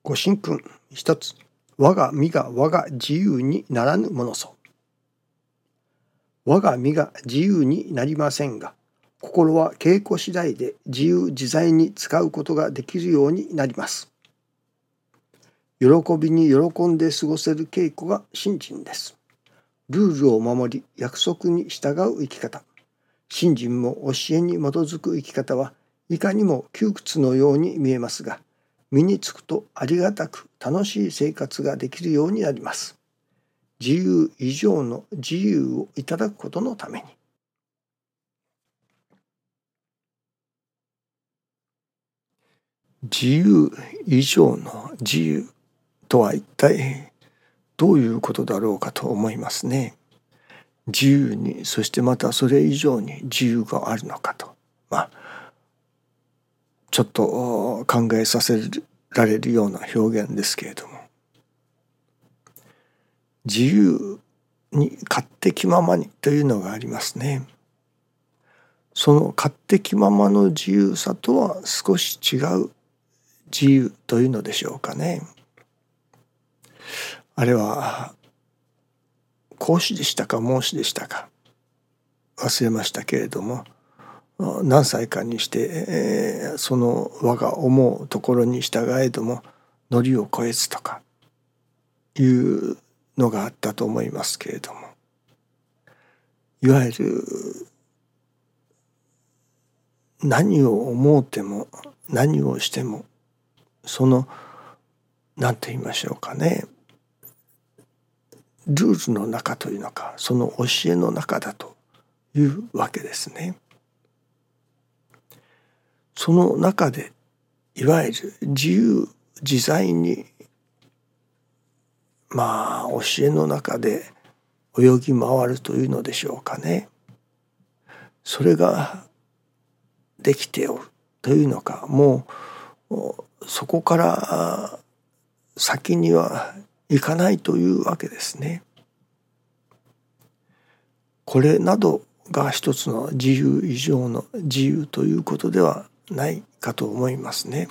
ご神君一つ、我が身が我が自由にならぬものぞ。我が身が自由になりませんが、心は稽古次第で自由自在に使うことができるようになります。喜びに喜んで過ごせる稽古が信心です。ルールを守り、約束に従う生き方。信心も教えに基づく生き方はいかにも窮屈のように見えますが、身につくとありがたく楽しい生活ができるようになります。自由以上の自由をいただくことのために。自由以上の自由とは一体どういうことだろうかと思いますね。自由に、そしてまたそれ以上に自由があるのかと。ちょっと考えさせられるような表現ですけれども、自由に勝手気ままにというのがありますね。その勝手気ままの自由さとは少し違う自由というのでしょうかね。あれは孔子でしたか孟子でしたか忘れましたけれども、何歳かにして、その我が思うところに従えども範を越えずとかいうのがあったと思いますけれども、いわゆる何を思うても何をしてもその何と言いましょうかね、ルールの中というのか、その教えの中だというわけですね。その中でいわゆる自由自在に教えの中で泳ぎ回るというのでしょうかね。それができておるというのか、もうそこから先には行かないというわけですね。これなどが一つの自由以上の自由ということではないかと思いますね。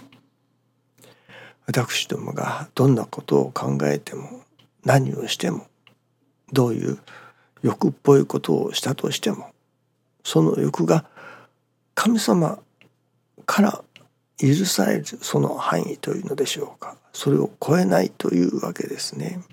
私どもがどんなことを考えても何をしても、どういう欲っぽいことをしたとしても、その欲が神様から許されるその範囲というのでしょうか、それを超えないというわけですね。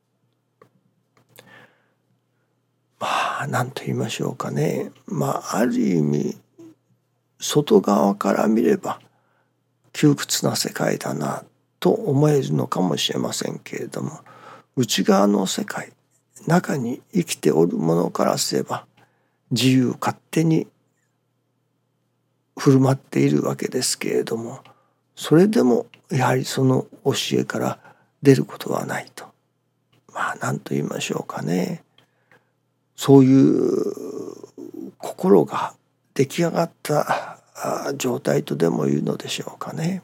何と言いましょうかね。ある意味外側から見れば窮屈な世界だなと思えるのかもしれませんけれども、内側の世界、中に生きておるものからすれば自由勝手に振る舞っているわけですけれども、それでもやはりその教えから出ることはないと。何と言いましょうかね。そういう心が出来上がった状態とでも言うのでしょうかね。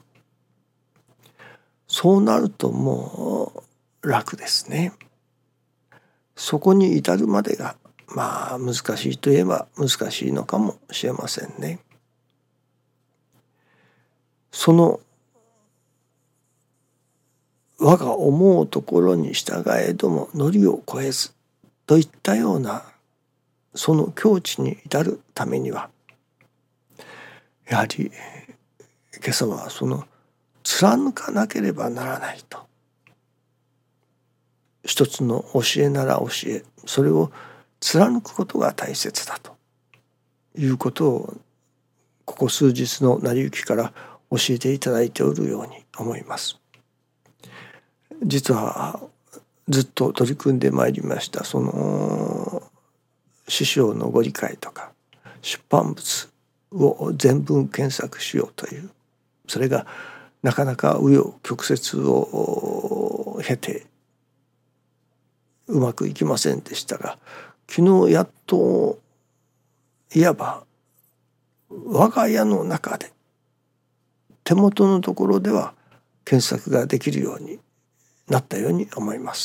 そうなるともう楽ですね。そこに至るまでが難しいといえば難しいのかもしれませんね。その我が思うところに従えども範を越えずといったようなその境地に至るためには、やはり今朝はその貫かなければならないと。一つの教えなら教え、それを貫くことが大切だということをここ数日の成り行きから教えていただいておるように思います。実はずっと取り組んでまいりましたその師匠のご理解とか出版物を全文検索しようという、それがなかなか紆余曲折を経てうまくいきませんでしたが、昨日やっといわば我が家の中で手元のところでは検索ができるようになったように思います。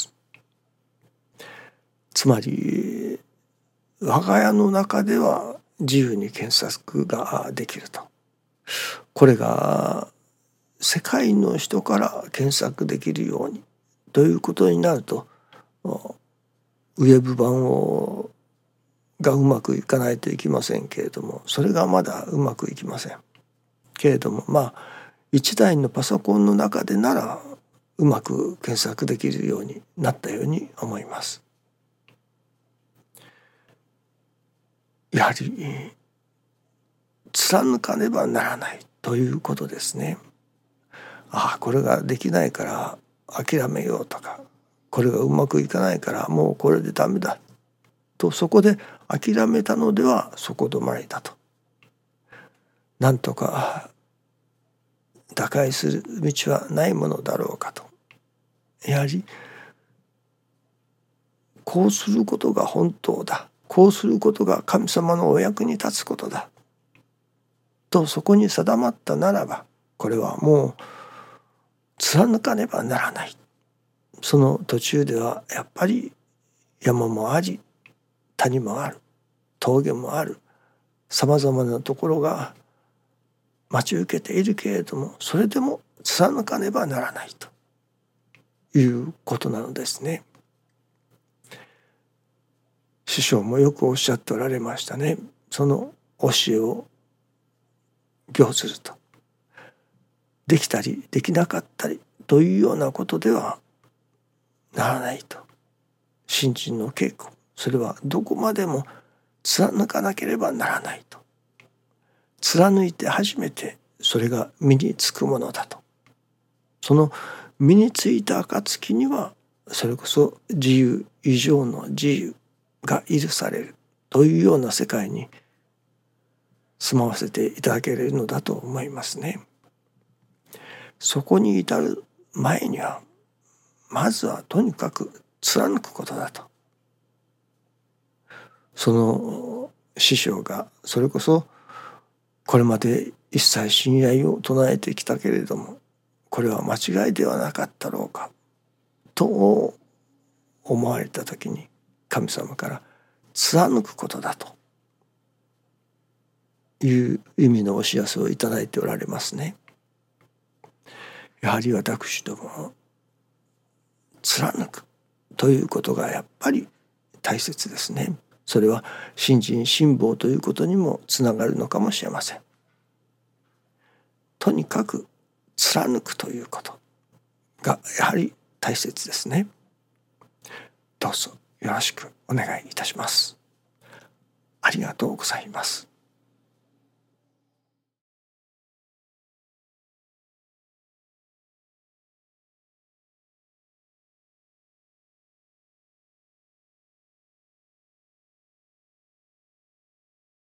つまり我が家の中では自由に検索ができると。これが世界の人から検索できるようにということになると、ウェブ版がうまくいかないといけませんけれども、それがまだうまくいきませんけれども、一台のパソコンの中でならうまく検索できるようになったように思います。やはり貫かねばならないということですね。これができないから諦めようとか、これがうまくいかないからもうこれでダメだと、そこで諦めたのではそこ止まりだと。なんとか打開する道はないものだろうかと。やはりこうすることが本当だ、こうすることが神様のお役に立つことだと、そこに定まったならば、これはもう貫かねばならない。その途中ではやっぱり山もあり、谷もある、峠もある、さまざまなところが待ち受けているけれども、それでも貫かねばならないということなのですね。師匠もよくおっしゃっておられましたね。その教えを行ずると、できたりできなかったりというようなことではならないと。信心の稽古、それはどこまでも貫かなければならないと。貫いて初めてそれが身につくものだと。その身についた暁には、それこそ自由以上の自由が許されるというような世界に住まわせていただけるのだと思いますね。そこに至る前には、まずはとにかく貫くことだと。その師匠がそれこそこれまで一切親愛を唱えてきたけれども、これは間違いではなかったろうかと思われた時に、神様から貫くことだという意味のお知らせをいただいておられますね。やはり私ども貫くということがやっぱり大切ですね。それは信心信望ということにもつながるのかもしれません。とにかく貫くということがやはり大切ですね。どうぞよろしくお願いいたします。ありがとうございます。